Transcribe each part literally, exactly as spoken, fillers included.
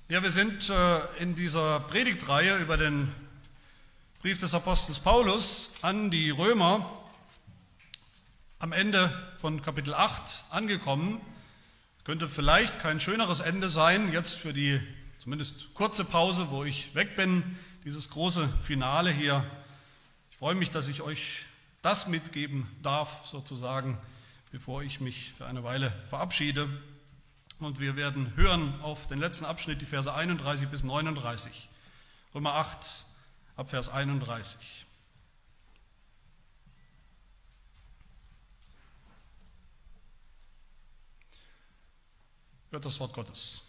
Ja, wir sind in dieser Predigtreihe über den Brief des Apostels Paulus an die Römer am Ende von Kapitel acht angekommen. Könnte vielleicht kein schöneres Ende sein, jetzt für die zumindest kurze Pause, wo ich weg bin, dieses große Finale hier. Ich freue mich, dass ich euch das mitgeben darf, sozusagen, bevor ich mich für eine Weile verabschiede. Und wir werden hören auf den letzten Abschnitt, die Verse einunddreißig bis neununddreißig. Römer acht, ab Vers einunddreißig. Hört das Wort Gottes.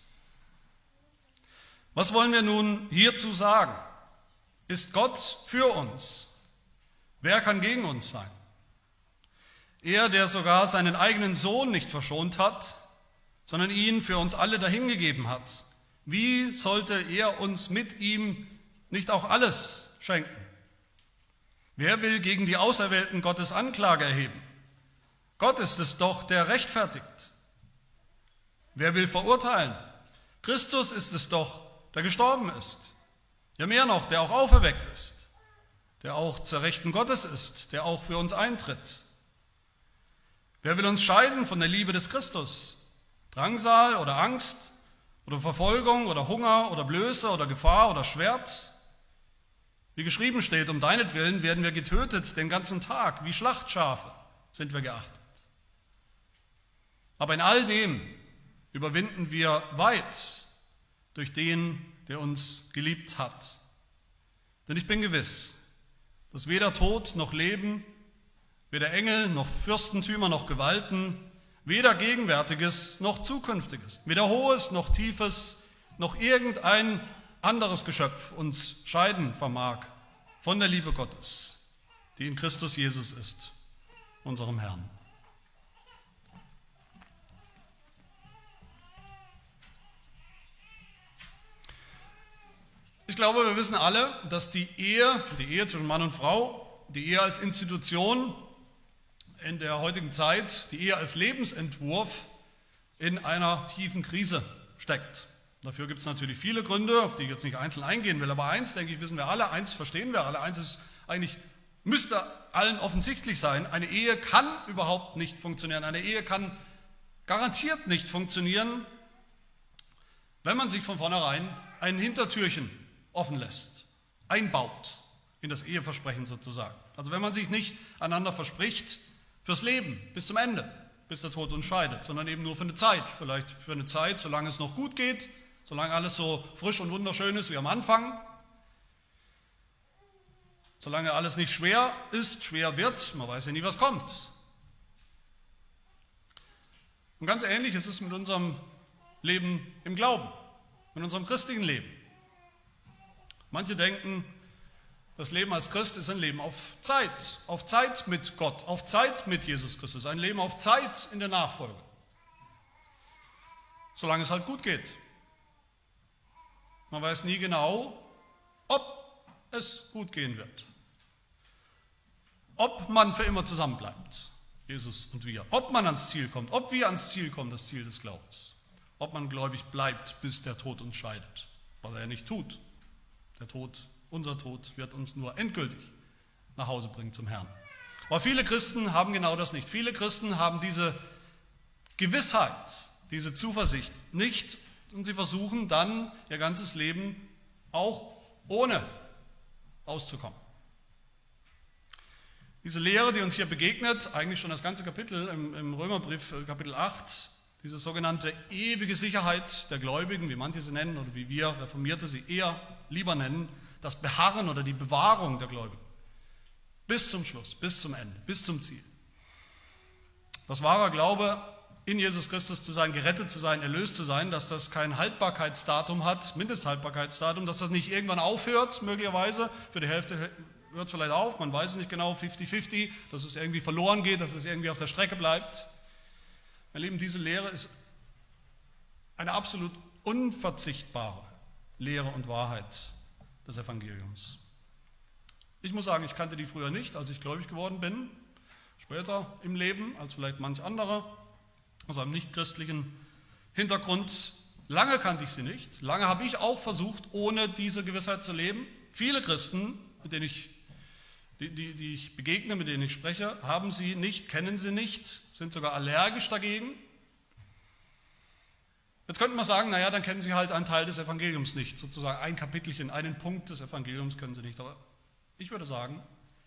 Was wollen wir nun hierzu sagen? Ist Gott für uns? Wer kann gegen uns sein? Er, der sogar seinen eigenen Sohn nicht verschont hat, sondern ihn für uns alle dahingegeben hat. Wie sollte er uns mit ihm nicht auch alles schenken? Wer will gegen die Auserwählten Gottes Anklage erheben? Gott ist es doch, der rechtfertigt. Wer will verurteilen? Christus ist es doch, der gestorben ist. Ja, mehr noch, der auch auferweckt ist, der auch zur Rechten Gottes ist, der auch für uns eintritt. Wer will uns scheiden von der Liebe des Christus? Drangsal oder Angst oder Verfolgung oder Hunger oder Blöße oder Gefahr oder Schwert? Wie geschrieben steht, um deinetwillen werden wir getötet den ganzen Tag, wie Schlachtschafe sind wir geachtet. Aber in all dem überwinden wir weit durch den, der uns geliebt hat. Denn ich bin gewiss, dass weder Tod noch Leben, weder Engel noch Fürstentümer noch Gewalten, weder Gegenwärtiges noch Zukünftiges, weder Hohes noch Tiefes, noch irgendein anderes Geschöpf uns scheiden vermag von der Liebe Gottes, die in Christus Jesus ist, unserem Herrn. Ich glaube, wir wissen alle, dass die Ehe, die Ehe zwischen Mann und Frau, die Ehe als Institution in der heutigen Zeit, die Ehe als Lebensentwurf in einer tiefen Krise steckt. Dafür gibt es natürlich viele Gründe, auf die ich jetzt nicht einzeln eingehen will, aber eins, denke ich, wissen wir alle, eins verstehen wir alle, eins ist eigentlich, müsste allen offensichtlich sein, eine Ehe kann überhaupt nicht funktionieren, eine Ehe kann garantiert nicht funktionieren, wenn man sich von vornherein ein Hintertürchen offen lässt, einbaut in das Eheversprechen sozusagen. Also wenn man sich nicht einander verspricht, fürs Leben, bis zum Ende, bis der Tod uns scheidet, sondern eben nur für eine Zeit, vielleicht für eine Zeit, solange es noch gut geht, solange alles so frisch und wunderschön ist wie am Anfang, solange alles nicht schwer ist, schwer wird, man weiß ja nie, was kommt. Und ganz ähnlich ist es mit unserem Leben im Glauben, mit unserem christlichen Leben. Manche denken, das Leben als Christ ist ein Leben auf Zeit, auf Zeit mit Gott, auf Zeit mit Jesus Christus, ein Leben auf Zeit in der Nachfolge. Solange es halt gut geht. Man weiß nie genau, ob es gut gehen wird. Ob man für immer zusammenbleibt, Jesus und wir. Ob man ans Ziel kommt, ob wir ans Ziel kommen, das Ziel des Glaubens. Ob man gläubig bleibt, bis der Tod uns scheidet, was er ja nicht tut. Der Tod Unser Tod wird uns nur endgültig nach Hause bringen zum Herrn. Aber viele Christen haben genau das nicht. Viele Christen haben diese Gewissheit, diese Zuversicht nicht und sie versuchen dann ihr ganzes Leben auch ohne auszukommen. Diese Lehre, die uns hier begegnet, eigentlich schon das ganze Kapitel im, im Römerbrief, Kapitel acht, diese sogenannte ewige Sicherheit der Gläubigen, wie manche sie nennen oder wie wir Reformierte sie eher lieber nennen, das Beharren oder die Bewahrung der Gläubigen bis zum Schluss, bis zum Ende, bis zum Ziel. Das wahre Glaube, in Jesus Christus zu sein, gerettet zu sein, erlöst zu sein, dass das kein Haltbarkeitsdatum hat, Mindesthaltbarkeitsdatum, dass das nicht irgendwann aufhört, möglicherweise, für die Hälfte hört es vielleicht auf, man weiß es nicht genau, fünfzig fünfzig, dass es irgendwie verloren geht, dass es irgendwie auf der Strecke bleibt. Meine Lieben, diese Lehre ist eine absolut unverzichtbare Lehre und Wahrheit des Evangeliums. Ich muss sagen, ich kannte die früher nicht, als ich gläubig geworden bin, später im Leben, als vielleicht manch anderer aus einem nichtchristlichen Hintergrund Lange kannte ich sie nicht. Lange habe ich auch versucht, ohne diese Gewissheit zu leben. Viele Christen, mit denen ich, die, die, die ich begegne, mit denen ich spreche, haben sie nicht, kennen sie nicht, sind sogar allergisch dagegen. Jetzt könnte man sagen, naja, dann kennen sie halt einen Teil des Evangeliums nicht. Sozusagen ein Kapitelchen, einen Punkt des Evangeliums kennen sie nicht. Aber ich würde sagen,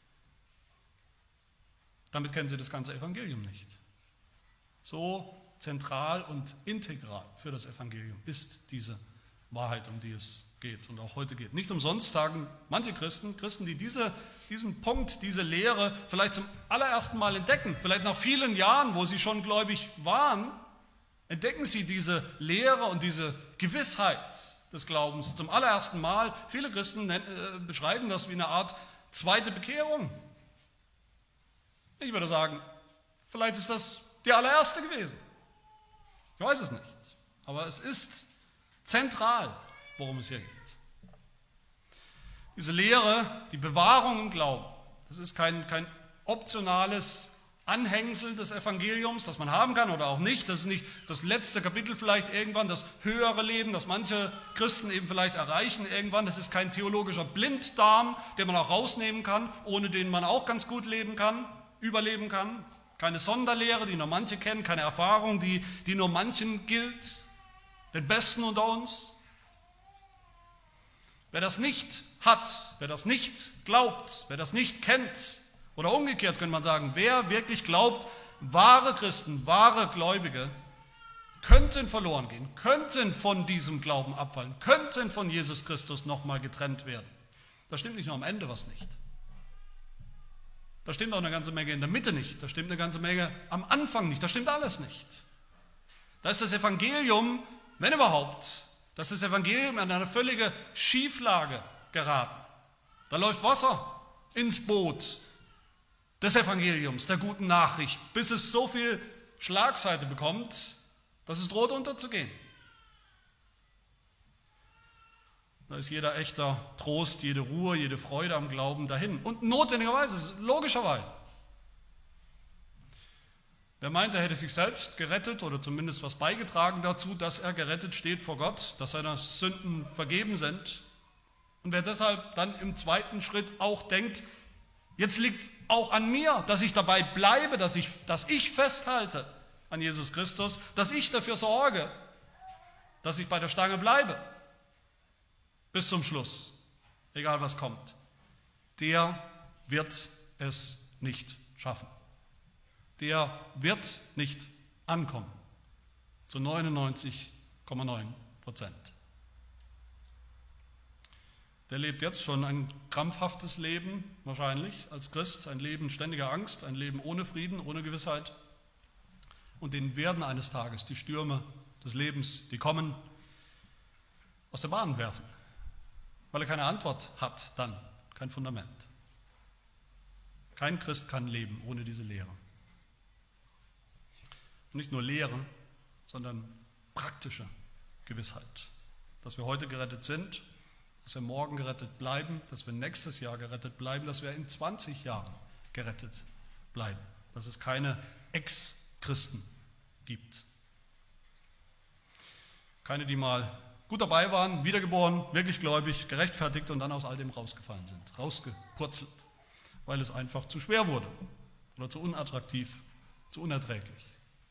damit kennen sie das ganze Evangelium nicht. So zentral und integral für das Evangelium ist diese Wahrheit, um die es geht und auch heute geht. Nicht umsonst sagen manche Christen, Christen, die diese, diesen Punkt, diese Lehre vielleicht zum allerersten Mal entdecken, vielleicht nach vielen Jahren, wo sie schon gläubig waren, entdecken sie diese Lehre und diese Gewissheit des Glaubens zum allerersten Mal. Viele Christen nennen, äh, beschreiben das wie eine Art zweite Bekehrung. Ich würde sagen, vielleicht ist das die allererste gewesen. Ich weiß es nicht. Aber es ist zentral, worum es hier geht. Diese Lehre, die Bewahrung im Glauben, das ist kein, kein optionales Anhängsel des Evangeliums, das man haben kann oder auch nicht. Das ist nicht das letzte Kapitel vielleicht irgendwann, das höhere Leben, das manche Christen eben vielleicht erreichen irgendwann. Das ist kein theologischer Blinddarm, den man auch rausnehmen kann, ohne den man auch ganz gut leben kann, überleben kann. Keine Sonderlehre, die nur manche kennen, keine Erfahrung, die, die nur manchen gilt, den Besten unter uns. Wer das nicht hat, wer das nicht glaubt, wer das nicht kennt, oder umgekehrt könnte man sagen, wer wirklich glaubt, wahre Christen, wahre Gläubige, könnten verloren gehen, könnten von diesem Glauben abfallen, könnten von Jesus Christus nochmal getrennt werden. Da stimmt nicht nur am Ende was nicht. Da stimmt auch eine ganze Menge in der Mitte nicht. Da stimmt eine ganze Menge am Anfang nicht. Da stimmt alles nicht. Da ist das Evangelium, wenn überhaupt, da ist das Evangelium in eine völlige Schieflage geraten. Da läuft Wasser ins Boot des Evangeliums, der guten Nachricht, bis es so viel Schlagseite bekommt, dass es droht unterzugehen. Da ist jeder echter Trost, jede Ruhe, jede Freude am Glauben dahin. Und notwendigerweise, logischerweise. Wer meint, er hätte sich selbst gerettet oder zumindest was beigetragen dazu, dass er gerettet steht vor Gott, dass seine Sünden vergeben sind. Und wer deshalb dann im zweiten Schritt auch denkt, jetzt liegt es auch an mir, dass ich dabei bleibe, dass ich, dass ich festhalte an Jesus Christus, dass ich dafür sorge, dass ich bei der Stange bleibe. Bis zum Schluss, egal was kommt, der wird es nicht schaffen. Der wird nicht ankommen, zu neunundneunzig Komma neun Prozent. Der lebt jetzt schon ein krampfhaftes Leben, wahrscheinlich, als Christ, ein Leben ständiger Angst, ein Leben ohne Frieden, ohne Gewissheit. Und den werden eines Tages die Stürme des Lebens, die kommen, aus der Bahn werfen. Weil er keine Antwort hat dann, kein Fundament. Kein Christ kann leben ohne diese Lehre. Und nicht nur Lehre, sondern praktische Gewissheit. Dass wir heute gerettet sind, dass wir morgen gerettet bleiben, dass wir nächstes Jahr gerettet bleiben, dass wir in zwanzig Jahren gerettet bleiben. Dass es keine Ex-Christen gibt. Keine, die mal gut dabei waren, wiedergeboren, wirklich gläubig, gerechtfertigt und dann aus all dem rausgefallen sind, rausgepurzelt, weil es einfach zu schwer wurde oder zu unattraktiv, zu unerträglich.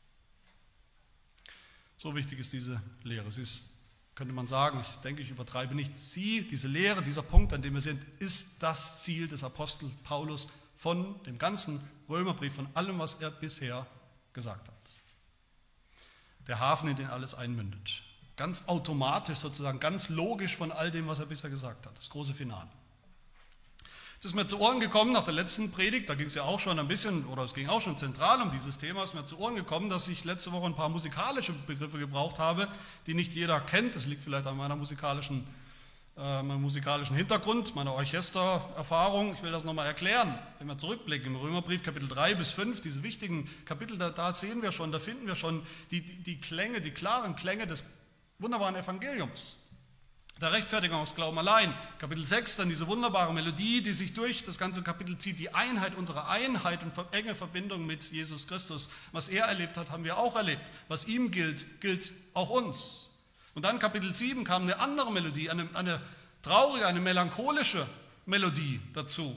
So wichtig ist diese Lehre. Sie ist, könnte man sagen, ich denke, ich übertreibe nicht, sie, diese Lehre, dieser Punkt, an dem wir sind, ist das Ziel des Apostels Paulus von dem ganzen Römerbrief, von allem, was er bisher gesagt hat. Der Hafen, in den alles einmündet. Ganz automatisch sozusagen, ganz logisch von all dem, was er bisher gesagt hat. Das große Finale. Es ist mir zu Ohren gekommen nach der letzten Predigt, da ging es ja auch schon ein bisschen, oder es ging auch schon zentral um dieses Thema, es ist mir zu Ohren gekommen, dass ich letzte Woche ein paar musikalische Begriffe gebraucht habe, die nicht jeder kennt. Das liegt vielleicht an meiner musikalischen, äh, meinem musikalischen Hintergrund, meiner Orchestererfahrung. Ich will das nochmal erklären. Wenn wir zurückblicken im Römerbrief Kapitel drei bis fünf, diese wichtigen Kapitel, da, da sehen wir schon, da finden wir schon die, die, die Klänge, die klaren Klänge des wunderbaren Evangeliums. Der Rechtfertigung aus Glauben allein. Kapitel sechs, dann diese wunderbare Melodie, die sich durch das ganze Kapitel zieht, die Einheit, unsere Einheit und enge Verbindung mit Jesus Christus. Was er erlebt hat, haben wir auch erlebt. Was ihm gilt, gilt auch uns. Und dann Kapitel sieben kam eine andere Melodie, eine, eine traurige, eine melancholische Melodie dazu.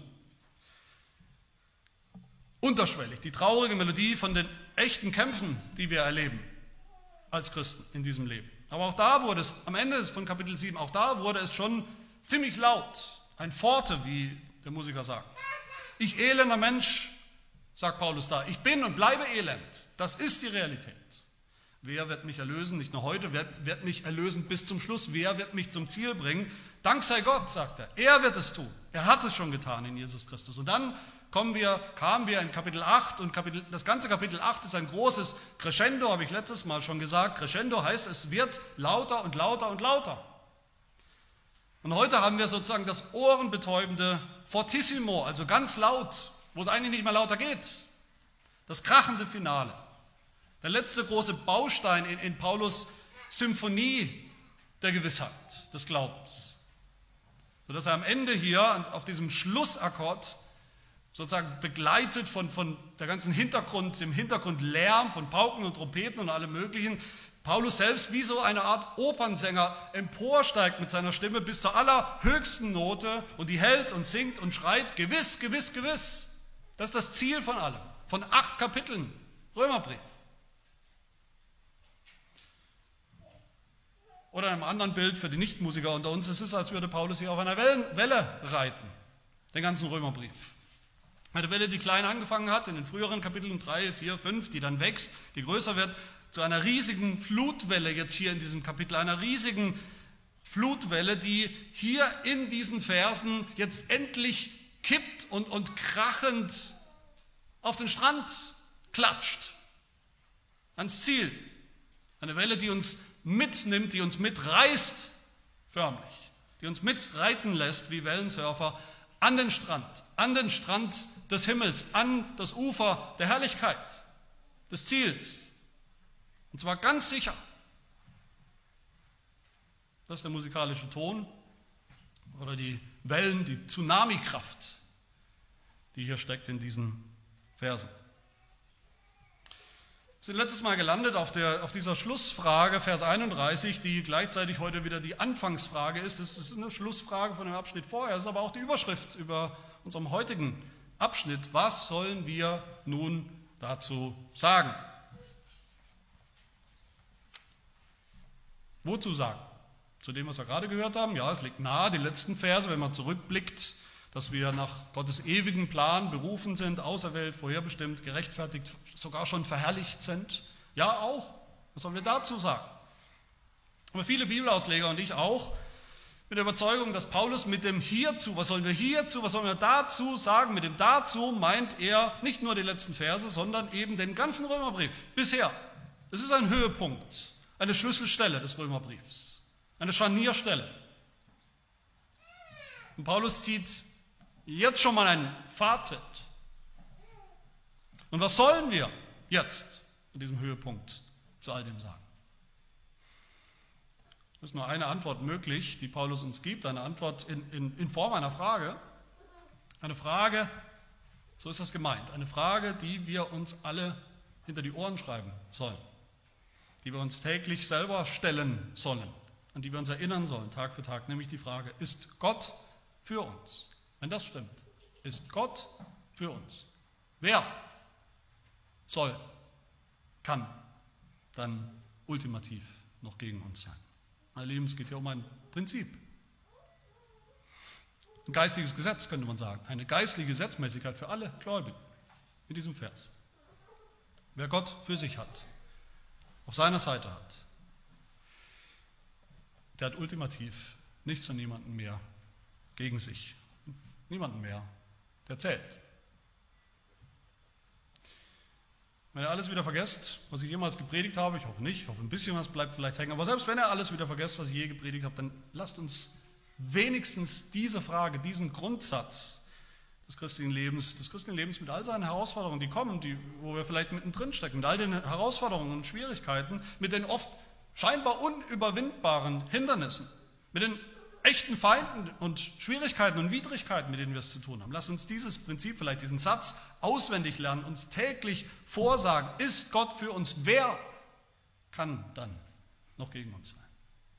Unterschwellig, die traurige Melodie von den echten Kämpfen, die wir erleben als Christen in diesem Leben. Aber auch da wurde es, am Ende von Kapitel sieben, auch da wurde es schon ziemlich laut. Ein Forte, wie der Musiker sagt. Ich elender Mensch, sagt Paulus da, ich bin und bleibe elend. Das ist die Realität. Wer wird mich erlösen? Nicht nur heute, wer wird mich erlösen bis zum Schluss? Wer wird mich zum Ziel bringen? Dank sei Gott, sagt er. Er wird es tun. Er hat es schon getan in Jesus Christus. Und dann kommen wir, kamen wir in Kapitel acht und Kapitel, das ganze Kapitel acht ist ein großes Crescendo, habe ich letztes Mal schon gesagt. Crescendo heißt, es wird lauter und lauter und lauter. Und heute haben wir sozusagen das ohrenbetäubende Fortissimo, also ganz laut, wo es eigentlich nicht mehr lauter geht. Das krachende Finale. Der letzte große Baustein in, in Paulus' Symphonie der Gewissheit, des Glaubens. Sodass er am Ende hier auf diesem Schlussakkord sozusagen begleitet von, von der ganzen Hintergrund, dem Hintergrundlärm von Pauken und Trompeten und allem Möglichen, Paulus selbst wie so eine Art Opernsänger emporsteigt mit seiner Stimme bis zur allerhöchsten Note und die hält und singt und schreit, gewiss, gewiss, gewiss. Das ist das Ziel von allem, von acht Kapiteln, Römerbrief. Oder in einem anderen Bild für die Nichtmusiker unter uns, es ist, als würde Paulus hier auf einer Welle reiten, den ganzen Römerbrief. Eine Welle, die klein angefangen hat, in den früheren Kapiteln drei, vier, fünf, die dann wächst, die größer wird, zu einer riesigen Flutwelle jetzt hier in diesem Kapitel, einer riesigen Flutwelle, die hier in diesen Versen jetzt endlich kippt und, und krachend auf den Strand klatscht, ans Ziel. Eine Welle, die uns mitnimmt, die uns mitreißt, förmlich, die uns mitreiten lässt wie Wellensurfer an den Strand, an den Strand des Himmels, an das Ufer der Herrlichkeit, des Ziels. Und zwar ganz sicher. Das ist der musikalische Ton oder die Wellen, die Tsunami-Kraft, die hier steckt in diesen Versen. Wir sind letztes Mal gelandet auf, der, auf dieser Schlussfrage, Vers einunddreißig, die gleichzeitig heute wieder die Anfangsfrage ist. Es ist eine Schlussfrage von dem Abschnitt vorher, es ist aber auch die Überschrift über unserem heutigen Abschnitt. Was sollen wir nun dazu sagen? Wozu sagen? Zu dem, was wir gerade gehört haben? Ja, es liegt nahe, die letzten Verse, wenn man zurückblickt, dass wir nach Gottes ewigen Plan berufen sind, auserwählt, vorherbestimmt, gerechtfertigt, sogar schon verherrlicht sind. Ja, auch. Was sollen wir dazu sagen? Aber viele Bibelausleger und ich auch, mit der Überzeugung, dass Paulus mit dem Hierzu, was sollen wir hierzu, was sollen wir dazu sagen, mit dem dazu meint er nicht nur die letzten Verse, sondern eben den ganzen Römerbrief bisher. Es ist ein Höhepunkt, eine Schlüsselstelle des Römerbriefs, eine Scharnierstelle. Und Paulus zieht jetzt schon mal ein Fazit. Und was sollen wir jetzt an diesem Höhepunkt zu all dem sagen? Es ist nur eine Antwort möglich, die Paulus uns gibt, eine Antwort in, in, in Form einer Frage. Eine Frage, so ist das gemeint, eine Frage, die wir uns alle hinter die Ohren schreiben sollen, die wir uns täglich selber stellen sollen, an die wir uns erinnern sollen, Tag für Tag, nämlich die Frage, ist Gott für uns? Wenn das stimmt, ist Gott für uns. Wer soll, kann dann ultimativ noch gegen uns sein? Meine Lieben, es geht hier um ein Prinzip. Ein geistiges Gesetz, könnte man sagen. Eine geistliche Gesetzmäßigkeit für alle Gläubigen in diesem Vers. Wer Gott für sich hat, auf seiner Seite hat, der hat ultimativ nichts und niemanden mehr gegen sich. Niemanden mehr, der zählt. Wenn ihr alles wieder vergesst, was ich jemals gepredigt habe, ich hoffe nicht, ich hoffe ein bisschen was bleibt vielleicht hängen, aber selbst wenn ihr alles wieder vergesst, was ich je gepredigt habe, dann lasst uns wenigstens diese Frage, diesen Grundsatz des christlichen Lebens, des christlichen Lebens mit all seinen Herausforderungen, die kommen, die, wo wir vielleicht mittendrin stecken, mit all den Herausforderungen und Schwierigkeiten, mit den oft scheinbar unüberwindbaren Hindernissen, mit den echten Feinden und Schwierigkeiten und Widrigkeiten, mit denen wir es zu tun haben. Lasst uns dieses Prinzip, vielleicht diesen Satz auswendig lernen, uns täglich vorsagen, ist Gott für uns, wer kann dann noch gegen uns sein?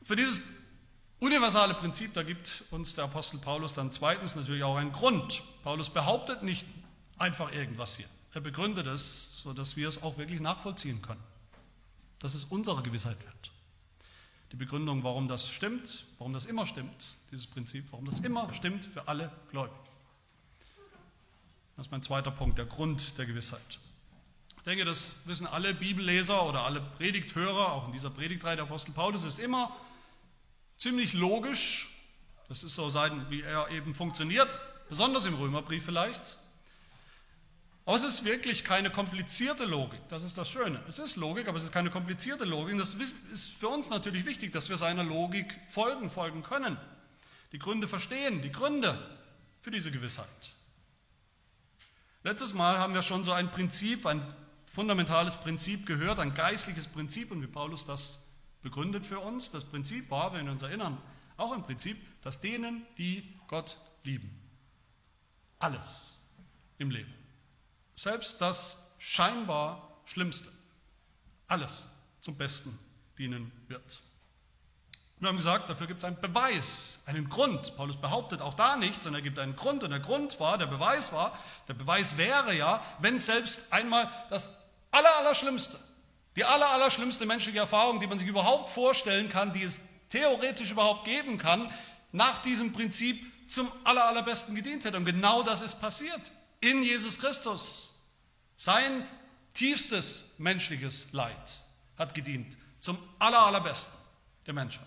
Für dieses universale Prinzip, da gibt uns der Apostel Paulus dann zweitens natürlich auch einen Grund. Paulus behauptet nicht einfach irgendwas hier. Er begründet es, sodass wir es auch wirklich nachvollziehen können, dass es unsere Gewissheit wird. Die Begründung, warum das stimmt, warum das immer stimmt, dieses Prinzip, warum das immer stimmt für alle Gläubigen. Das ist mein zweiter Punkt, der Grund der Gewissheit. Ich denke, das wissen alle Bibelleser oder alle Predigthörer, auch in dieser Predigtreihe der Apostel Paulus, ist immer ziemlich logisch. Das ist so sein, wie er eben funktioniert, besonders im Römerbrief vielleicht. Aber es ist wirklich keine komplizierte Logik, das ist das Schöne. Es ist Logik, aber es ist keine komplizierte Logik. Das ist für uns natürlich wichtig, dass wir seiner Logik folgen, folgen können. Die Gründe verstehen, die Gründe für diese Gewissheit. Letztes Mal haben wir schon so ein Prinzip, ein fundamentales Prinzip gehört, ein geistliches Prinzip, und wie Paulus das begründet für uns. Das Prinzip war, wenn wir uns erinnern, auch ein Prinzip, dass denen, die Gott lieben, alles im Leben, selbst das scheinbar Schlimmste, alles zum Besten dienen wird. Wir haben gesagt, dafür gibt es einen Beweis, einen Grund. Paulus behauptet auch da nichts, sondern er gibt einen Grund. Und der Grund war, der Beweis war, der Beweis wäre ja, wenn selbst einmal das Allerallerschlimmste, die allerallerschlimmste menschliche Erfahrung, die man sich überhaupt vorstellen kann, die es theoretisch überhaupt geben kann, nach diesem Prinzip zum Allerallerbesten gedient hätte. Und genau das ist passiert in Jesus Christus. Sein tiefstes menschliches Leid hat gedient zum Allerallerbesten der Menschheit.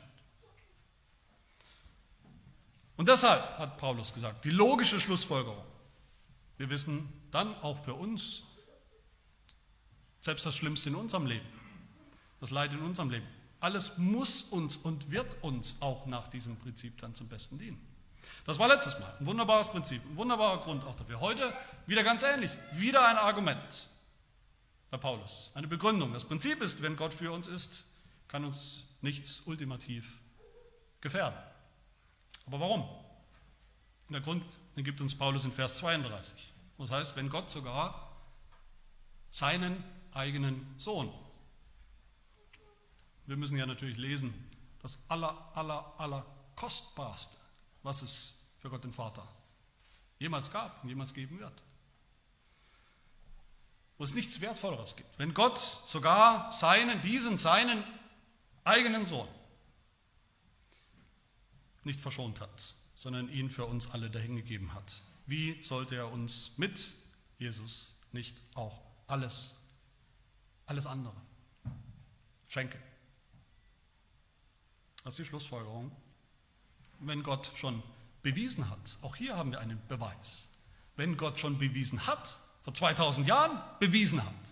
Und deshalb hat Paulus gesagt, die logische Schlussfolgerung, wir wissen dann auch für uns, selbst das Schlimmste in unserem Leben, das Leid in unserem Leben, alles muss uns und wird uns auch nach diesem Prinzip dann zum Besten dienen. Das war letztes Mal ein wunderbares Prinzip, ein wunderbarer Grund auch dafür. Heute wieder ganz ähnlich, wieder ein Argument bei Paulus, eine Begründung. Das Prinzip ist, wenn Gott für uns ist, kann uns nichts ultimativ gefährden. Aber warum? Der Grund, den gibt uns Paulus in Vers zweiunddreißig. Das heißt, wenn Gott sogar seinen eigenen Sohn, wir müssen ja natürlich lesen, das aller, aller, aller kostbarste, was es für Gott den Vater jemals gab und jemals geben wird. Wo es nichts Wertvolleres gibt. Wenn Gott sogar seinen, diesen, seinen eigenen Sohn nicht verschont hat, sondern ihn für uns alle dahingegeben hat. Wie sollte er uns mit Jesus nicht auch alles, alles andere schenken? Das ist die Schlussfolgerung. Wenn Gott schon bewiesen hat, auch hier haben wir einen Beweis, wenn Gott schon bewiesen hat, vor zweitausend Jahren bewiesen hat,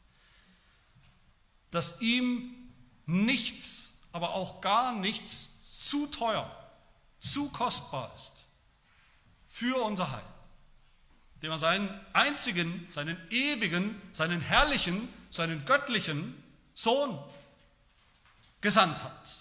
dass ihm nichts, aber auch gar nichts zu teuer, zu kostbar ist für unser Heil, dem er seinen einzigen, seinen ewigen, seinen herrlichen, seinen göttlichen Sohn gesandt hat.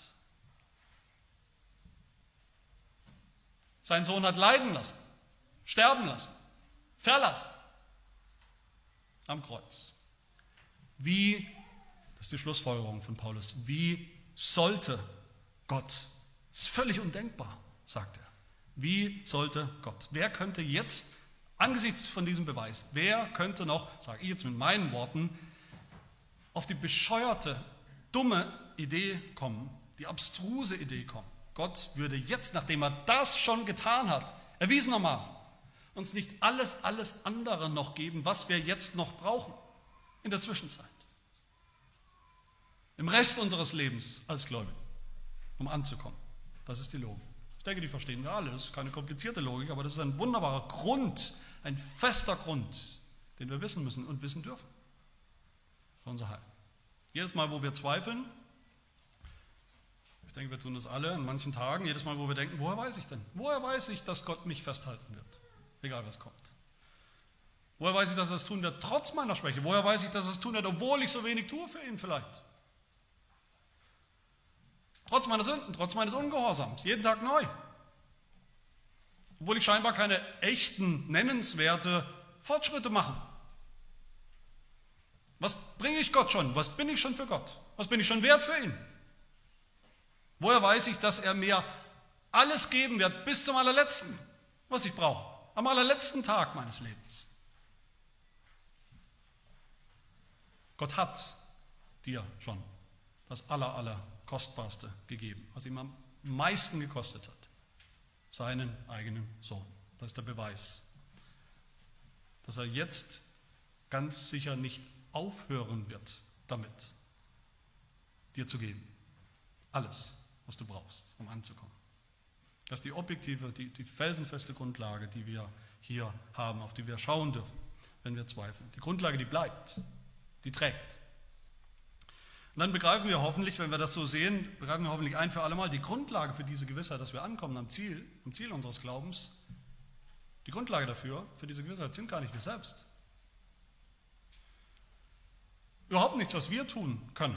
Sein Sohn hat leiden lassen, sterben lassen, verlassen am Kreuz. Wie, das ist die Schlussfolgerung von Paulus, wie sollte Gott, das ist völlig undenkbar, sagt er, wie sollte Gott, wer könnte jetzt, angesichts von diesem Beweis, wer könnte noch, sage ich jetzt mit meinen Worten, auf die bescheuerte, dumme Idee kommen, die abstruse Idee kommen, Gott würde jetzt, nachdem er das schon getan hat, erwiesenermaßen, uns nicht alles, alles andere noch geben, was wir jetzt noch brauchen in der Zwischenzeit. Im Rest unseres Lebens als Gläubige, um anzukommen. Das ist die Logik. Ich denke, die verstehen wir alle. Das ist keine komplizierte Logik, aber das ist ein wunderbarer Grund, ein fester Grund, den wir wissen müssen und wissen dürfen für unser Heil. Jedes Mal, wo wir zweifeln, ich denke, wir tun das alle an manchen Tagen, jedes Mal, wo wir denken, woher weiß ich denn? Woher weiß ich, dass Gott mich festhalten wird? Egal, was kommt. Woher weiß ich, dass er das tun wird, trotz meiner Schwäche? Woher weiß ich, dass er das tun wird, obwohl ich so wenig tue für ihn vielleicht? Trotz meiner Sünden, trotz meines Ungehorsams, jeden Tag neu. Obwohl ich scheinbar keine echten, nennenswerte Fortschritte mache. Was bringe ich Gott schon? Was bin ich schon für Gott? Was bin ich schon wert für ihn? Woher weiß ich, dass er mir alles geben wird, bis zum allerletzten, was ich brauche, am allerletzten Tag meines Lebens? Gott hat dir schon das aller, aller Kostbarste gegeben, was ihm am meisten gekostet hat, seinen eigenen Sohn. Das ist der Beweis, dass er jetzt ganz sicher nicht aufhören wird damit, dir zu geben. Alles, was du brauchst, um anzukommen. Das ist die objektive, die, die felsenfeste Grundlage, die wir hier haben, auf die wir schauen dürfen, wenn wir zweifeln. Die Grundlage, die bleibt, die trägt. Und dann begreifen wir hoffentlich, wenn wir das so sehen, begreifen wir hoffentlich ein für alle Mal, die Grundlage für diese Gewissheit, dass wir ankommen am Ziel, am Ziel unseres Glaubens, die Grundlage dafür, für diese Gewissheit sind gar nicht wir selbst. Überhaupt nichts, was wir tun können.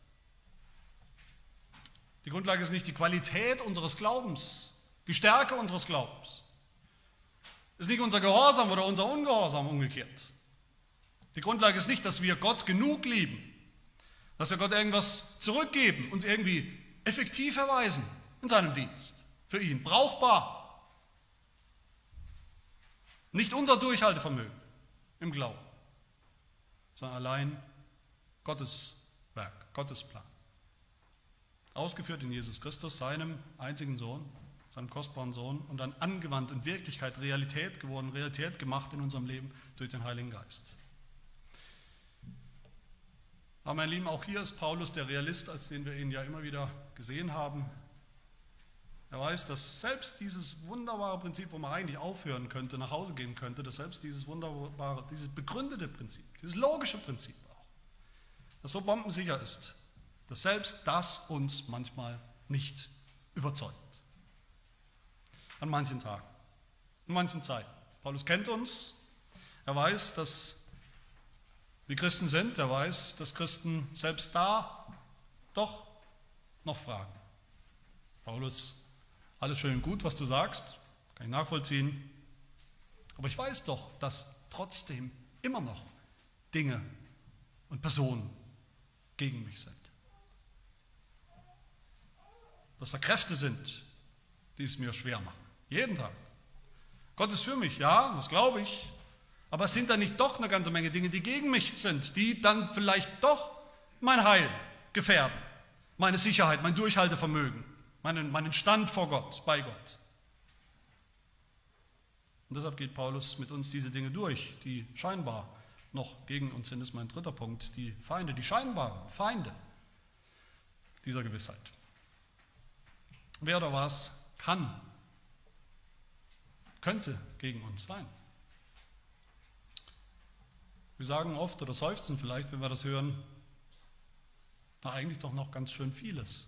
Die Grundlage ist nicht die Qualität unseres Glaubens, die Stärke unseres Glaubens. Es ist nicht unser Gehorsam oder unser Ungehorsam umgekehrt. Die Grundlage ist nicht, dass wir Gott genug lieben, dass wir Gott irgendwas zurückgeben, uns irgendwie effektiv erweisen in seinem Dienst, für ihn, brauchbar. Nicht unser Durchhaltevermögen im Glauben, sondern allein Gottes Werk, Gottes Plan. Ausgeführt in Jesus Christus, seinem einzigen Sohn, seinem kostbaren Sohn und dann angewandt in Wirklichkeit, Realität geworden, Realität gemacht in unserem Leben durch den Heiligen Geist. Aber mein Lieben, auch hier ist Paulus der Realist, als den wir ihn ja immer wieder gesehen haben. Er weiß, dass selbst dieses wunderbare Prinzip, wo man eigentlich aufhören könnte, nach Hause gehen könnte, dass selbst dieses wunderbare, dieses begründete Prinzip, dieses logische Prinzip auch, das so bombensicher ist, dass selbst das uns manchmal nicht überzeugt. An manchen Tagen, an manchen Zeiten. Paulus kennt uns, er weiß, dass wir Christen sind, er weiß, dass Christen selbst da doch noch fragen. Paulus, alles schön und gut, was du sagst, kann ich nachvollziehen, aber ich weiß doch, dass trotzdem immer noch Dinge und Personen gegen mich sind. Dass da Kräfte sind, die es mir schwer machen. Jeden Tag. Gott ist für mich, ja, das glaube ich. Aber es sind da nicht doch eine ganze Menge Dinge, die gegen mich sind, die dann vielleicht doch mein Heil gefährden, meine Sicherheit, mein Durchhaltevermögen, meinen, meinen Stand vor Gott, bei Gott. Und deshalb geht Paulus mit uns diese Dinge durch, die scheinbar noch gegen uns sind. Das ist mein dritter Punkt, die Feinde, die scheinbaren Feinde dieser Gewissheit. Wer oder was kann, könnte gegen uns sein? Wir sagen oft oder seufzen vielleicht, wenn wir das hören, na eigentlich doch noch ganz schön vieles.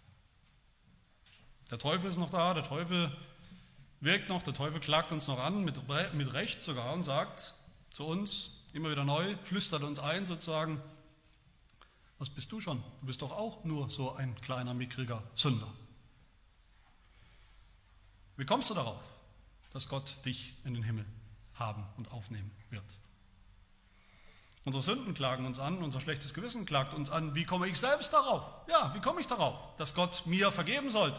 Der Teufel ist noch da, der Teufel wirkt noch, der Teufel klagt uns noch an, mit, mit Recht sogar, und sagt zu uns, immer wieder neu, flüstert uns ein sozusagen, was bist du schon? Du bist doch auch nur so ein kleiner, mickriger Sünder. Wie kommst du darauf, dass Gott dich in den Himmel haben und aufnehmen wird? Unsere Sünden klagen uns an, unser schlechtes Gewissen klagt uns an. Wie komme ich selbst darauf? Ja, wie komme ich darauf, dass Gott mir vergeben sollte?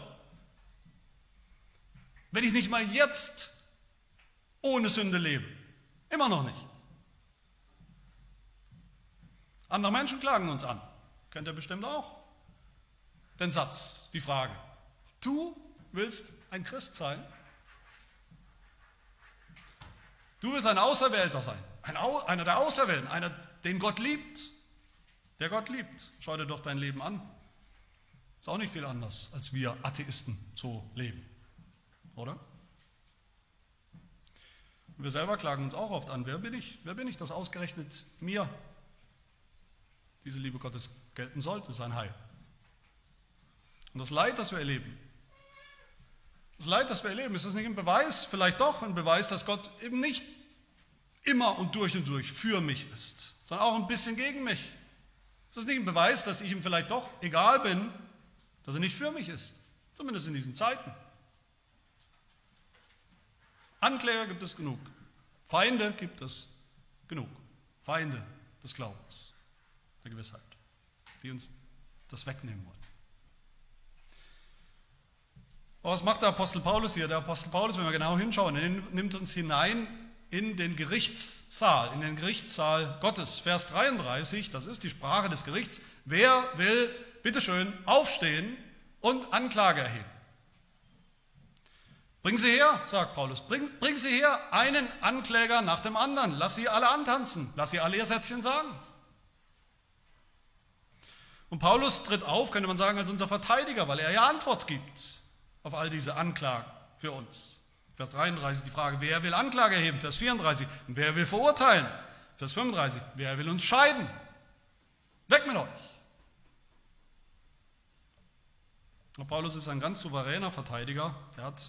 Wenn ich nicht mal jetzt ohne Sünde lebe. Immer noch nicht. Andere Menschen klagen uns an. Kennt ihr bestimmt auch den Satz, die Frage. Du willst ein Christ sein? Du willst ein Auserwählter sein. Ein Au, einer der Auserwählten, einer, den Gott liebt. Der Gott liebt. Schau dir doch dein Leben an. Ist auch nicht viel anders, als wir Atheisten so leben. Oder? Wir selber klagen uns auch oft an. Wer bin ich? Wer bin ich, dass ausgerechnet mir diese Liebe Gottes gelten sollte, sein Heil? Und das Leid, das wir erleben, das Leid, das wir erleben, ist das nicht ein Beweis, vielleicht doch ein Beweis, dass Gott eben nicht immer und durch und durch für mich ist, sondern auch ein bisschen gegen mich. Ist das nicht ein Beweis, dass ich ihm vielleicht doch egal bin, dass er nicht für mich ist, zumindest in diesen Zeiten? Ankläger gibt es genug, Feinde gibt es genug, Feinde des Glaubens, der Gewissheit, die uns das wegnehmen wollen. Aber was macht der Apostel Paulus hier? Der Apostel Paulus, wenn wir genau hinschauen, er nimmt uns hinein in den Gerichtssaal, in den Gerichtssaal Gottes. Vers dreiunddreißig, das ist die Sprache des Gerichts. Wer will, bitteschön, aufstehen und Anklage erheben? Bring sie her, sagt Paulus, bring, bring sie her, einen Ankläger nach dem anderen. Lass sie alle antanzen, lass sie alle ihr Sätzchen sagen. Und Paulus tritt auf, könnte man sagen, als unser Verteidiger, weil er ja Antwort gibt auf all diese Anklagen für uns. Vers dreiunddreißig die Frage, wer will Anklage erheben? Vers vierunddreißig, und wer will verurteilen? Vers fünfunddreißig, wer will uns scheiden? Weg mit euch! Und Paulus ist ein ganz souveräner Verteidiger. Er hat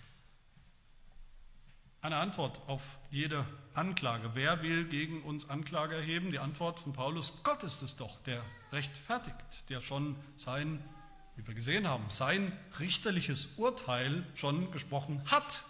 eine Antwort auf jede Anklage. Wer will gegen uns Anklage erheben? Die Antwort von Paulus, Gott ist es doch, der rechtfertigt, der schon sein, wie wir gesehen haben, sein richterliches Urteil schon gesprochen hat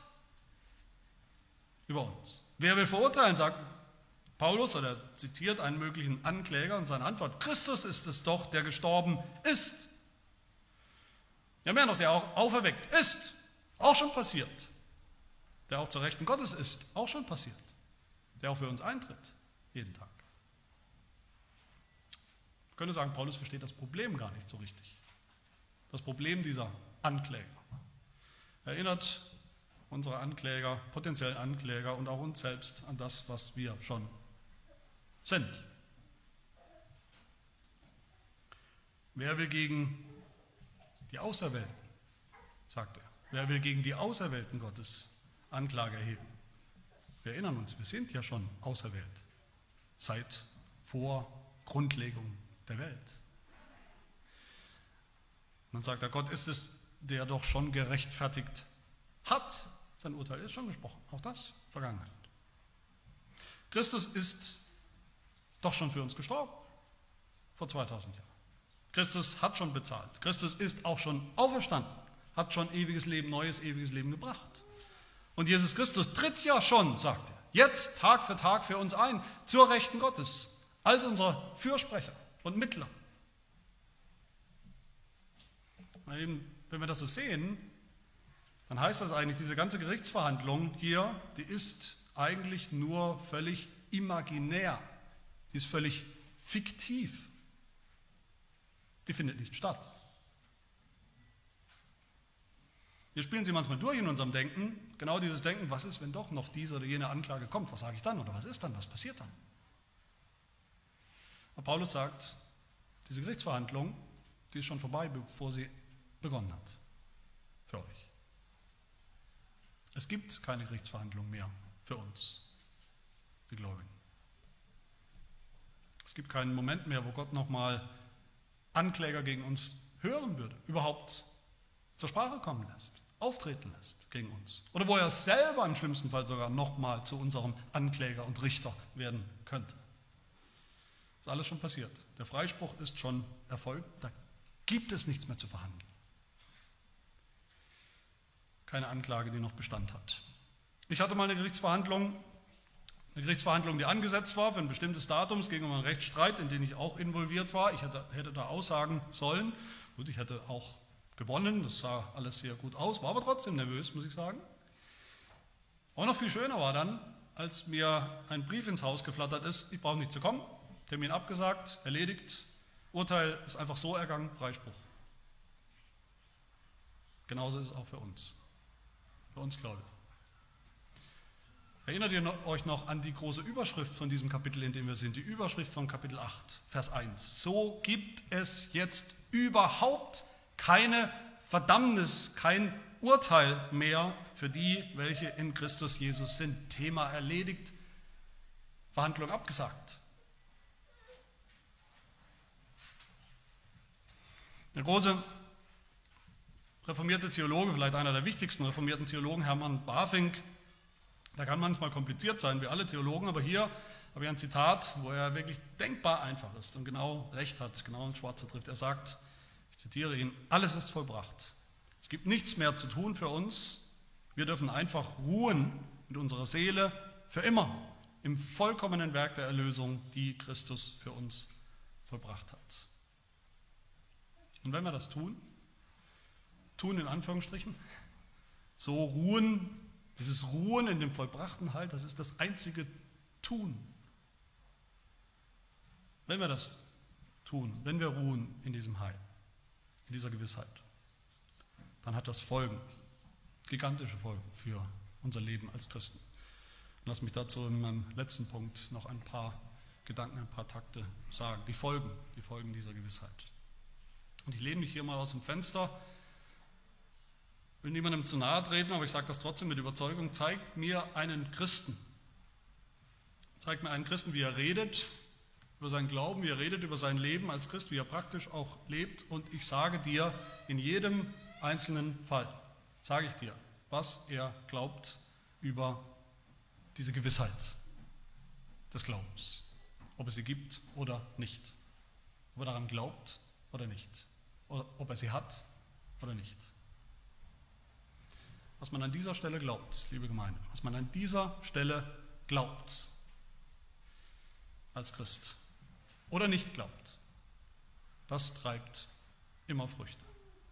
über uns. Wer will verurteilen, sagt Paulus, oder zitiert einen möglichen Ankläger und seine Antwort, Christus ist es doch, der gestorben ist. Ja, mehr noch, der auch auferweckt ist, auch schon passiert. Der auch zur Rechten Gottes ist, auch schon passiert. Der auch für uns eintritt, jeden Tag. Ich könnte sagen, Paulus versteht das Problem gar nicht so richtig. Das Problem dieser Ankläger. Erinnert unsere Ankläger, potenziellen Ankläger und auch uns selbst an das, was wir schon sind. Wer will gegen die Auserwählten, sagt er. Wer will gegen die Auserwählten Gottes Anklage erheben? Wir erinnern uns, wir sind ja schon auserwählt, seit vor Grundlegung der Welt. Dann sagt er, Gott ist es, der doch schon gerechtfertigt hat. Sein Urteil ist schon gesprochen, auch das Vergangenheit. Christus ist doch schon für uns gestorben, vor zweitausend Jahren. Christus hat schon bezahlt. Christus ist auch schon auferstanden, hat schon ewiges Leben, neues ewiges Leben gebracht. Und Jesus Christus tritt ja schon, sagt er, jetzt Tag für Tag für uns ein, zur Rechten Gottes, als unser Fürsprecher und Mittler. Wenn wir das so sehen, dann heißt das eigentlich, diese ganze Gerichtsverhandlung hier, die ist eigentlich nur völlig imaginär, die ist völlig fiktiv, die findet nicht statt. Wir spielen sie manchmal durch in unserem Denken, genau dieses Denken, was ist, wenn doch noch diese oder jene Anklage kommt, was sage ich dann oder was ist dann, was passiert dann? Aber Paulus sagt, diese Gerichtsverhandlung, die ist schon vorbei, bevor sie begonnen hat für euch. Es gibt keine Gerichtsverhandlung mehr für uns, die Gläubigen. Es gibt keinen Moment mehr, wo Gott nochmal Ankläger gegen uns hören würde, überhaupt zur Sprache kommen lässt, auftreten lässt gegen uns. Oder wo er selber im schlimmsten Fall sogar nochmal zu unserem Ankläger und Richter werden könnte. Das ist alles schon passiert. Der Freispruch ist schon erfolgt. Da gibt es nichts mehr zu verhandeln. Keine Anklage, die noch Bestand hat. Ich hatte mal eine Gerichtsverhandlung, eine Gerichtsverhandlung, die angesetzt war für ein bestimmtes Datum. Es ging um einen Rechtsstreit, in den ich auch involviert war. Ich hätte, hätte da aussagen sollen. Gut, ich hätte auch gewonnen, das sah alles sehr gut aus, war aber trotzdem nervös, muss ich sagen. Auch noch viel schöner war dann, als mir ein Brief ins Haus geflattert ist, ich brauche nicht zu kommen, Termin abgesagt, erledigt, Urteil ist einfach so ergangen, Freispruch. Genauso ist es auch für uns, für uns Gläubige. Erinnert ihr euch noch an die große Überschrift von diesem Kapitel, in dem wir sind, die Überschrift von Kapitel acht, Vers eins. So gibt es jetzt überhaupt keine Verdammnis, kein Urteil mehr für die, welche in Christus Jesus sind. Thema erledigt, Verhandlung abgesagt. Der große reformierte Theologe, vielleicht einer der wichtigsten reformierten Theologen, Hermann Bavinck, der kann manchmal kompliziert sein, wie alle Theologen, aber hier habe ich ein Zitat, wo er wirklich denkbar einfach ist und genau recht hat, genau ins Schwarze trifft. Er sagt, ich zitiere ihn, alles ist vollbracht. Es gibt nichts mehr zu tun für uns. Wir dürfen einfach ruhen mit unserer Seele für immer im vollkommenen Werk der Erlösung, die Christus für uns vollbracht hat. Und wenn wir das tun, tun in Anführungsstrichen, so ruhen, dieses Ruhen in dem vollbrachten Heil, das ist das einzige Tun. Wenn wir das tun, wenn wir ruhen in diesem Heil, in dieser Gewissheit, dann hat das Folgen, gigantische Folgen für unser Leben als Christen. Lass mich dazu in meinem letzten Punkt noch ein paar Gedanken, ein paar Takte sagen. Die Folgen, die Folgen dieser Gewissheit. Und ich lehne mich hier mal aus dem Fenster, will niemandem zu nahe treten, aber ich sage das trotzdem mit Überzeugung, zeigt mir einen Christen. Zeigt mir einen Christen, wie er redet über seinen Glauben, wie er redet über sein Leben als Christ, wie er praktisch auch lebt. Und ich sage dir, in jedem einzelnen Fall, sage ich dir, was er glaubt über diese Gewissheit des Glaubens. Ob es sie gibt oder nicht. Ob er daran glaubt oder nicht. Oder ob er sie hat oder nicht. Was man an dieser Stelle glaubt, liebe Gemeinde, was man an dieser Stelle glaubt als Christ oder nicht glaubt, das treibt immer Früchte.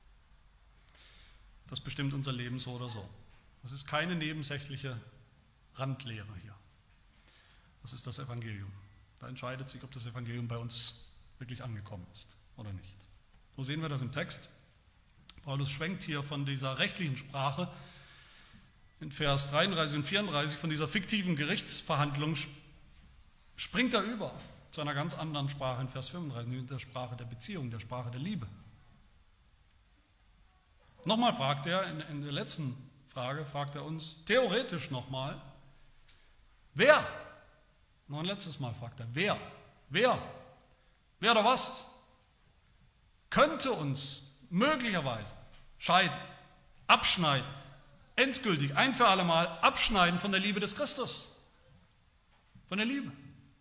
Das bestimmt unser Leben so oder so. Das ist keine nebensächliche Randlehre hier. Das ist das Evangelium. Da entscheidet sich, ob das Evangelium bei uns wirklich angekommen ist oder nicht. Wo sehen wir das im Text? Paulus schwenkt hier von dieser rechtlichen Sprache in Vers dreiunddreißig und vierunddreißig, von dieser fiktiven Gerichtsverhandlung, springt er über zu einer ganz anderen Sprache in Vers fünfunddreißig, der Sprache der Beziehung, der Sprache der Liebe. Nochmal fragt er, in, in der letzten Frage fragt er uns theoretisch nochmal, wer? Noch ein letztes Mal fragt er, wer? Wer? Wer oder was könnte uns möglicherweise scheiden, abschneiden, endgültig, ein für alle Mal abschneiden von der Liebe des Christus? Von der Liebe.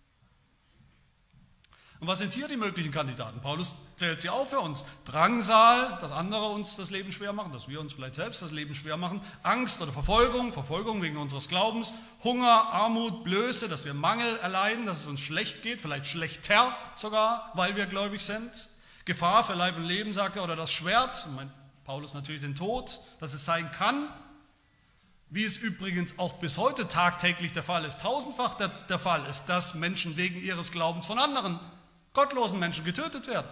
Und was sind hier die möglichen Kandidaten? Paulus zählt sie auf für uns. Drangsal, dass andere uns das Leben schwer machen, dass wir uns vielleicht selbst das Leben schwer machen. Angst oder Verfolgung, Verfolgung wegen unseres Glaubens. Hunger, Armut, Blöße, dass wir Mangel erleiden, dass es uns schlecht geht, vielleicht schlechter sogar, weil wir gläubig sind. Gefahr für Leib und Leben, sagt er, oder das Schwert, und meint Paulus natürlich den Tod, dass es sein kann, wie es übrigens auch bis heute tagtäglich der Fall ist, tausendfach der, der Fall ist, dass Menschen wegen ihres Glaubens von anderen gottlosen Menschen getötet werden.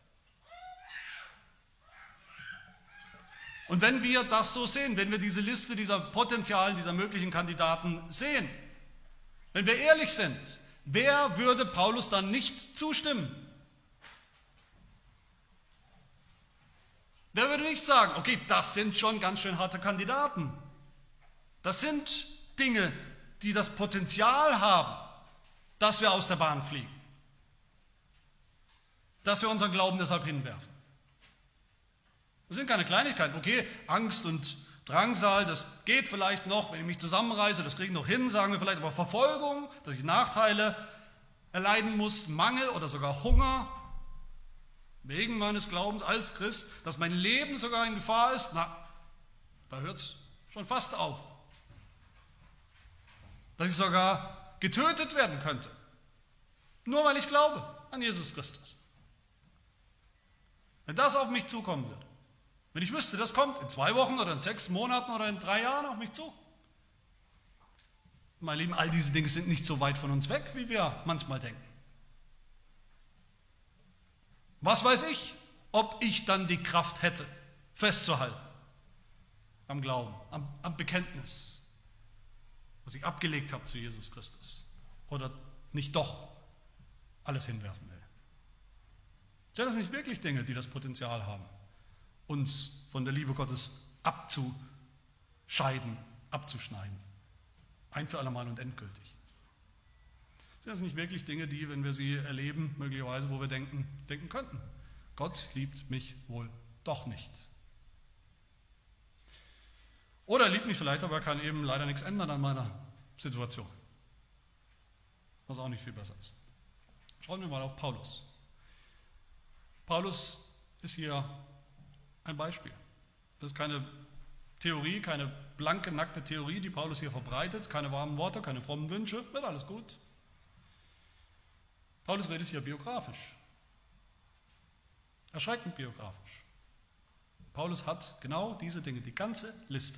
Und wenn wir das so sehen, wenn wir diese Liste dieser Potenzialen, dieser möglichen Kandidaten sehen, wenn wir ehrlich sind, wer würde Paulus dann nicht zustimmen? Wer würde nicht sagen, okay, das sind schon ganz schön harte Kandidaten. Das sind Dinge, die das Potenzial haben, dass wir aus der Bahn fliegen. Dass wir unseren Glauben deshalb hinwerfen. Das sind keine Kleinigkeiten. Okay, Angst und Drangsal, das geht vielleicht noch, wenn ich mich zusammenreiße, das kriege ich noch hin, sagen wir vielleicht, aber Verfolgung, dass ich Nachteile erleiden muss, Mangel oder sogar Hunger, wegen meines Glaubens als Christ, dass mein Leben sogar in Gefahr ist, na, da hört es schon fast auf. Dass ich sogar getötet werden könnte, nur weil ich glaube an Jesus Christus. Wenn das auf mich zukommen würde, wenn ich wüsste, das kommt in zwei Wochen oder in sechs Monaten oder in drei Jahren auf mich zu. Meine Lieben, all diese Dinge sind nicht so weit von uns weg, wie wir manchmal denken. Was weiß ich, ob ich dann die Kraft hätte, festzuhalten am Glauben, am, am Bekenntnis, was ich abgelegt habe zu Jesus Christus oder nicht doch alles hinwerfen will. Sind das nicht wirklich Dinge, die das Potenzial haben, uns von der Liebe Gottes abzuscheiden, abzuschneiden, ein für allemal und endgültig? Sind das nicht wirklich Dinge, die, wenn wir sie erleben, möglicherweise, wo wir denken, denken könnten, Gott liebt mich wohl doch nicht? Oder er liebt mich vielleicht, aber er kann eben leider nichts ändern an meiner Situation, was auch nicht viel besser ist. Schauen wir mal auf Paulus. Paulus ist hier ein Beispiel. Das ist keine Theorie, keine blanke, nackte Theorie, die Paulus hier verbreitet, keine warmen Worte, keine frommen Wünsche, wird alles gut. Paulus redet hier biografisch, erschreckend biografisch. Paulus hat genau diese Dinge, die ganze Liste,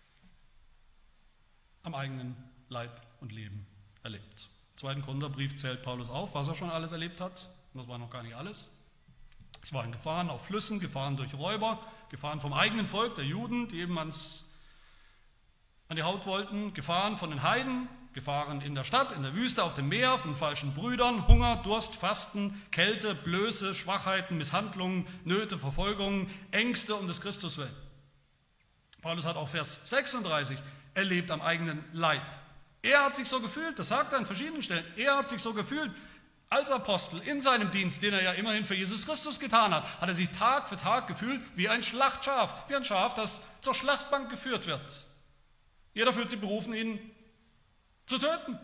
am eigenen Leib und Leben erlebt. Im zweiten Korintherbrief zählt Paulus auf, was er schon alles erlebt hat. Und das war noch gar nicht alles. Ich war in Gefahren auf Flüssen, Gefahren durch Räuber, Gefahren vom eigenen Volk, der Juden, die eben ans, an die Haut wollten, Gefahren von den Heiden, Gefahren in der Stadt, in der Wüste, auf dem Meer, von falschen Brüdern, Hunger, Durst, Fasten, Kälte, Blöße, Schwachheiten, Misshandlungen, Nöte, Verfolgungen, Ängste um des Christus willen. Paulus hat auch Vers sechsunddreißig erlebt am eigenen Leib. Er hat sich so gefühlt, das sagt er an verschiedenen Stellen, er hat sich so gefühlt als Apostel in seinem Dienst, den er ja immerhin für Jesus Christus getan hat, hat er sich Tag für Tag gefühlt wie ein Schlachtschaf, wie ein Schaf, das zur Schlachtbank geführt wird. Jeder fühlt sich berufen, ihn zu töten.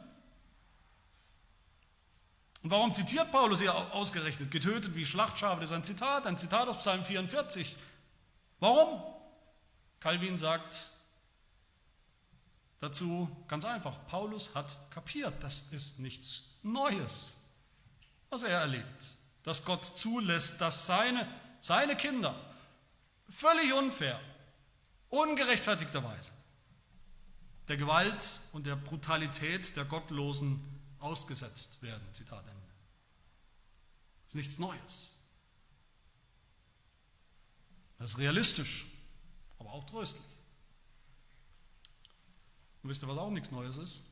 Und warum zitiert Paulus hier ausgerechnet? Getötet wie Schlachtschafe, das ist ein Zitat, ein Zitat aus Psalm vierundvierzig. Warum? Calvin sagt dazu ganz einfach, Paulus hat kapiert, das ist nichts Neues, was er erlebt. Dass Gott zulässt, dass seine, seine Kinder völlig unfair, ungerechtfertigterweise der Gewalt und der Brutalität der Gottlosen ausgesetzt werden. Zitat Ende. Das ist nichts Neues. Das ist realistisch, aber auch tröstlich. Und wisst ihr, was auch nichts Neues ist?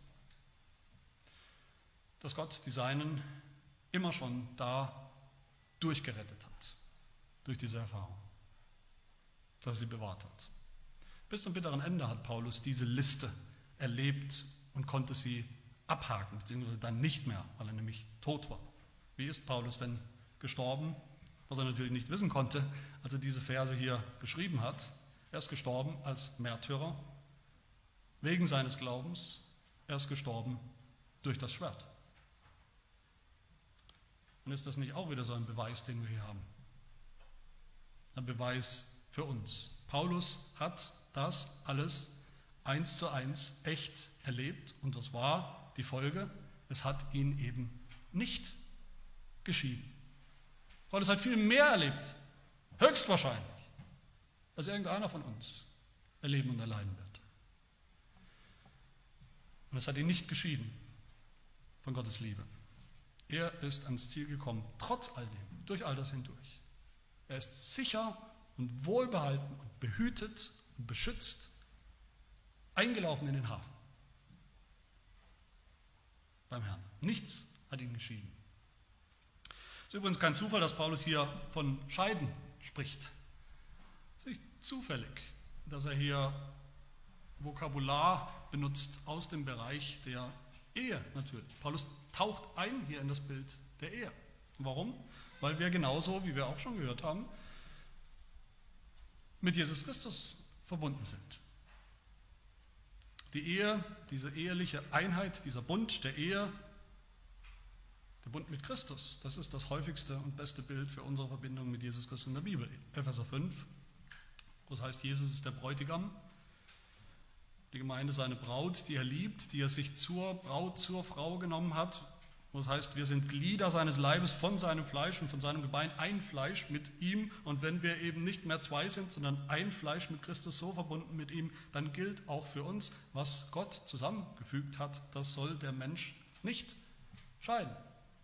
Dass Gott die Seinen immer schon da durchgerettet hat, durch diese Erfahrung, dass er sie bewahrt hat. Bis zum bitteren Ende hat Paulus diese Liste erlebt und konnte sie abhaken, beziehungsweise dann nicht mehr, weil er nämlich tot war. Wie ist Paulus denn gestorben? Was er natürlich nicht wissen konnte, als er diese Verse hier geschrieben hat. Er ist gestorben als Märtyrer, wegen seines Glaubens. Er ist gestorben durch das Schwert. Und ist das nicht auch wieder so ein Beweis, den wir hier haben? Ein Beweis für uns. Paulus hat das alles eins zu eins echt erlebt und das war die Folge, es hat ihn eben nicht geschieden. Paulus hat viel mehr erlebt, höchstwahrscheinlich, als irgendeiner von uns erleben und erleiden wird. Und es hat ihn nicht geschieden von Gottes Liebe. Er ist ans Ziel gekommen, trotz all dem, durch all das hindurch. Er ist sicher und wohlbehalten und behütet und beschützt, eingelaufen in den Hafen. Beim Herrn. Nichts hat ihn geschieden. Es ist übrigens kein Zufall, dass Paulus hier von Scheiden spricht. Es ist nicht zufällig, dass er hier Vokabular benutzt aus dem Bereich der Ehe natürlich. Paulus taucht ein hier in das Bild der Ehe. Warum? Weil wir genauso, wie wir auch schon gehört haben, mit Jesus Christus verbunden sind. Die Ehe, diese eheliche Einheit, dieser Bund der Ehe, der Bund mit Christus, das ist das häufigste und beste Bild für unsere Verbindung mit Jesus Christus in der Bibel. Epheser fünf, wo es heißt, Jesus ist der Bräutigam, die Gemeinde seine Braut, die er liebt, die er sich zur Braut, zur Frau genommen hat. Wo es heißt, wir sind Glieder seines Leibes von seinem Fleisch und von seinem Gebein, ein Fleisch mit ihm. Und wenn wir eben nicht mehr zwei sind, sondern ein Fleisch mit Christus, so verbunden mit ihm, dann gilt auch für uns, was Gott zusammengefügt hat, das soll der Mensch nicht scheiden.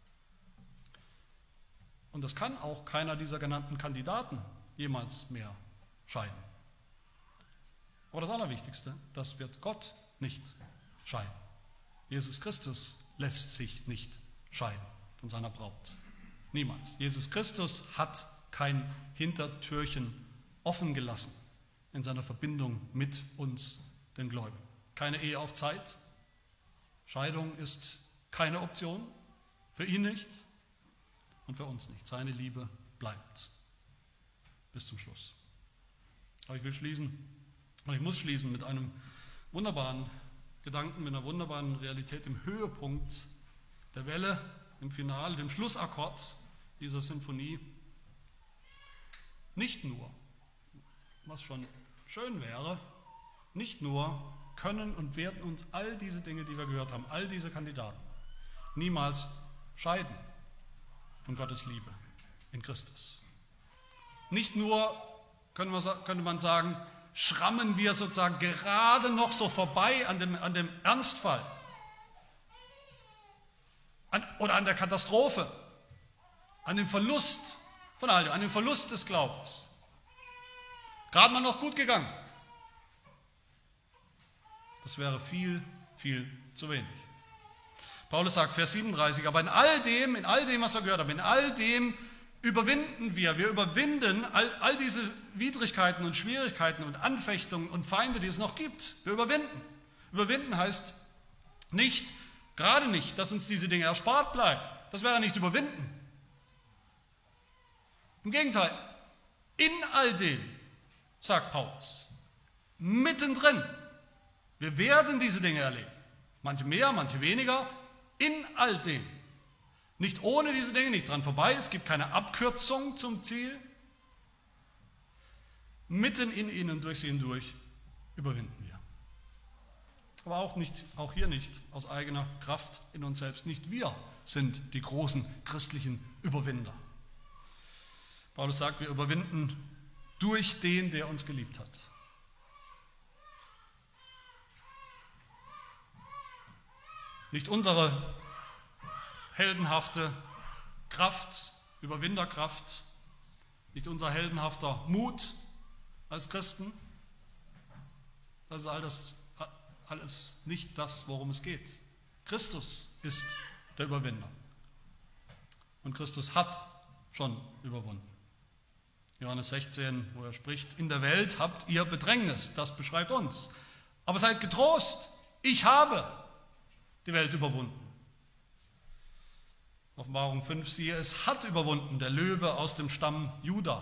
Und das kann auch keiner dieser genannten Kandidaten jemals mehr scheiden. Aber das Allerwichtigste, das wird Gott nicht scheiden. Jesus Christus lässt sich nicht scheiden von seiner Braut. Niemals. Jesus Christus hat kein Hintertürchen offen gelassen in seiner Verbindung mit uns, den Gläubigen. Keine Ehe auf Zeit. Scheidung ist keine Option. Für ihn nicht und für uns nicht. Seine Liebe bleibt bis zum Schluss. Aber ich will schließen, und ich muss schließen mit einem wunderbaren Gedanken, mit einer wunderbaren Realität im Höhepunkt der Welle, im Finale, dem Schlussakkord dieser Sinfonie. Nicht nur, was schon schön wäre, nicht nur können und werden uns all diese Dinge, die wir gehört haben, all diese Kandidaten niemals scheiden von Gottes Liebe in Christus. Nicht nur könnte man, könnte man sagen, schrammen wir sozusagen gerade noch so vorbei an dem, an dem Ernstfall an, oder an der Katastrophe, an dem Verlust von all dem, an dem Verlust des Glaubens. Gerade mal noch gut gegangen. Das wäre viel, viel zu wenig. Paulus sagt, Vers siebenunddreißig, aber in all dem, in all dem, was wir gehört haben, in all dem überwinden wir, wir überwinden all, all diese Widrigkeiten und Schwierigkeiten und Anfechtungen und Feinde, die es noch gibt. Wir überwinden. Überwinden heißt nicht, gerade nicht, dass uns diese Dinge erspart bleiben. Das wäre nicht überwinden. Im Gegenteil, in all dem, sagt Paulus, mittendrin, wir werden diese Dinge erleben. Manche mehr, manche weniger, in all dem. Nicht ohne diese Dinge, nicht dran vorbei, es gibt keine Abkürzung zum Ziel. Mitten in ihnen, durch sie hindurch, überwinden wir. Aber auch, nicht, auch hier nicht aus eigener Kraft in uns selbst. Nicht wir sind die großen christlichen Überwinder. Paulus sagt, wir überwinden durch den, der uns geliebt hat. Nicht unsere heldenhafte Kraft, Überwinderkraft, nicht unser heldenhafter Mut als Christen. Das ist alles, alles nicht das, worum es geht. Christus ist der Überwinder. Und Christus hat schon überwunden. Johannes sechzehn, wo er spricht, in der Welt habt ihr Bedrängnis, das beschreibt uns. Aber seid getrost, ich habe die Welt überwunden. Offenbarung fünf, siehe, es hat überwunden, der Löwe aus dem Stamm Juda.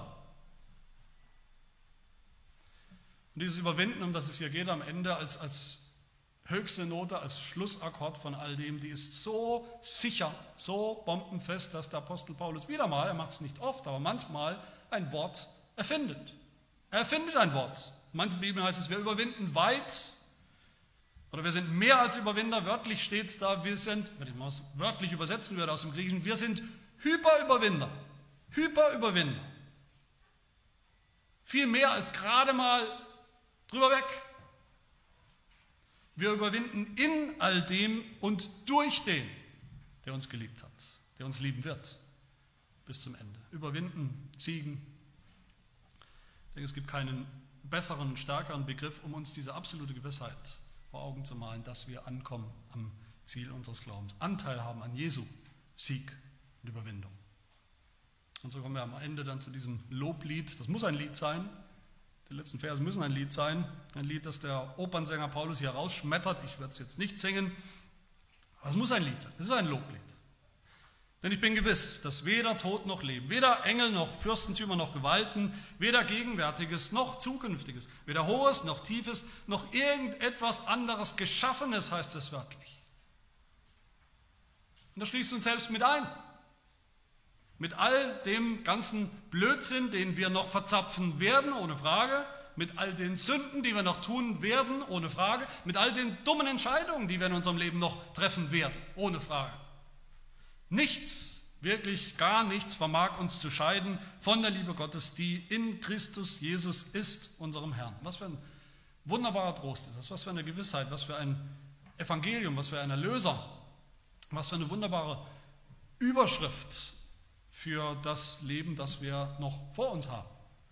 Und dieses Überwinden, um das es hier geht am Ende, als, als höchste Note, als Schlussakkord von all dem, die ist so sicher, so bombenfest, dass der Apostel Paulus wieder mal, er macht es nicht oft, aber manchmal ein Wort erfindet. Er erfindet ein Wort. In manchen Bibeln heißt es, wir überwinden weit, oder wir sind mehr als Überwinder. Wörtlich steht da, wir sind, wenn ich mal es wörtlich übersetzen würde aus dem Griechischen, wir sind Hyperüberwinder. Hyperüberwinder. Viel mehr als gerade mal drüber weg. Wir überwinden in all dem und durch den, der uns geliebt hat, der uns lieben wird, bis zum Ende. Überwinden, siegen. Ich denke, es gibt keinen besseren, stärkeren Begriff, um uns diese absolute Gewissheit vor Augen zu malen, dass wir ankommen am Ziel unseres Glaubens, Anteil haben an Jesu Sieg und Überwindung. Und so kommen wir am Ende dann zu diesem Loblied. Das muss ein Lied sein. Die letzten Verse müssen ein Lied sein. Ein Lied, das der Opernsänger Paulus hier rausschmettert. Ich werde es jetzt nicht singen. Aber es muss ein Lied sein. Es ist ein Loblied. Denn ich bin gewiss, dass weder Tod noch Leben, weder Engel noch Fürstentümer noch Gewalten, weder Gegenwärtiges noch Zukünftiges, weder Hohes noch Tiefes, noch irgendetwas anderes Geschaffenes, heißt es wörtlich. Und das schließt uns selbst mit ein. Mit all dem ganzen Blödsinn, den wir noch verzapfen werden, ohne Frage, mit all den Sünden, die wir noch tun werden, ohne Frage, mit all den dummen Entscheidungen, die wir in unserem Leben noch treffen werden, ohne Frage. Nichts, wirklich gar nichts vermag uns zu scheiden von der Liebe Gottes, die in Christus Jesus ist, unserem Herrn. Was für ein wunderbarer Trost ist das, was für eine Gewissheit, was für ein Evangelium, was für ein Erlöser, was für eine wunderbare Überschrift für das Leben, das wir noch vor uns haben,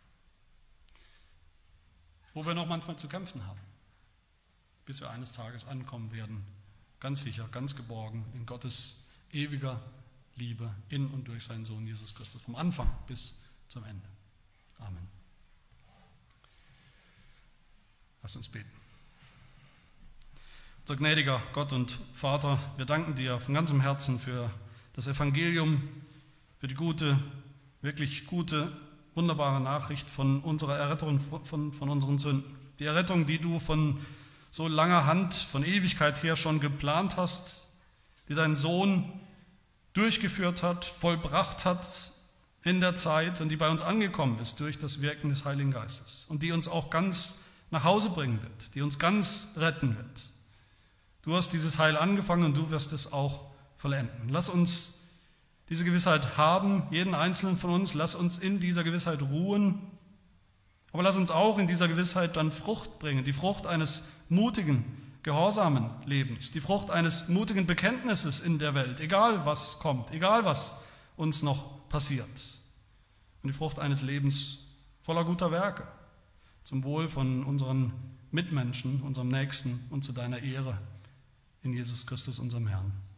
wo wir noch manchmal zu kämpfen haben, bis wir eines Tages ankommen werden, ganz sicher, ganz geborgen in Gottes ewiger Liebe in und durch seinen Sohn Jesus Christus, vom Anfang bis zum Ende. Amen. Lass uns beten. Unser gnädiger Gott und Vater, wir danken dir von ganzem Herzen für das Evangelium, für die gute, wirklich gute, wunderbare Nachricht von unserer Errettung, von, von unseren Sünden. Die Errettung, die du von so langer Hand, von Ewigkeit her schon geplant hast, die dein Sohn durchgeführt hat, vollbracht hat in der Zeit und die bei uns angekommen ist durch das Wirken des Heiligen Geistes und die uns auch ganz nach Hause bringen wird, die uns ganz retten wird. Du hast dieses Heil angefangen und du wirst es auch vollenden. Lass uns diese Gewissheit haben, jeden einzelnen von uns, lass uns in dieser Gewissheit ruhen Aber lass uns auch in dieser Gewissheit dann Frucht bringen, die Frucht eines mutigen, gehorsamen Lebens, die Frucht eines mutigen Bekenntnisses in der Welt, egal was kommt, egal was uns noch passiert. Und die Frucht eines Lebens voller guter Werke, zum Wohl von unseren Mitmenschen, unserem Nächsten und zu deiner Ehre in Jesus Christus, unserem Herrn.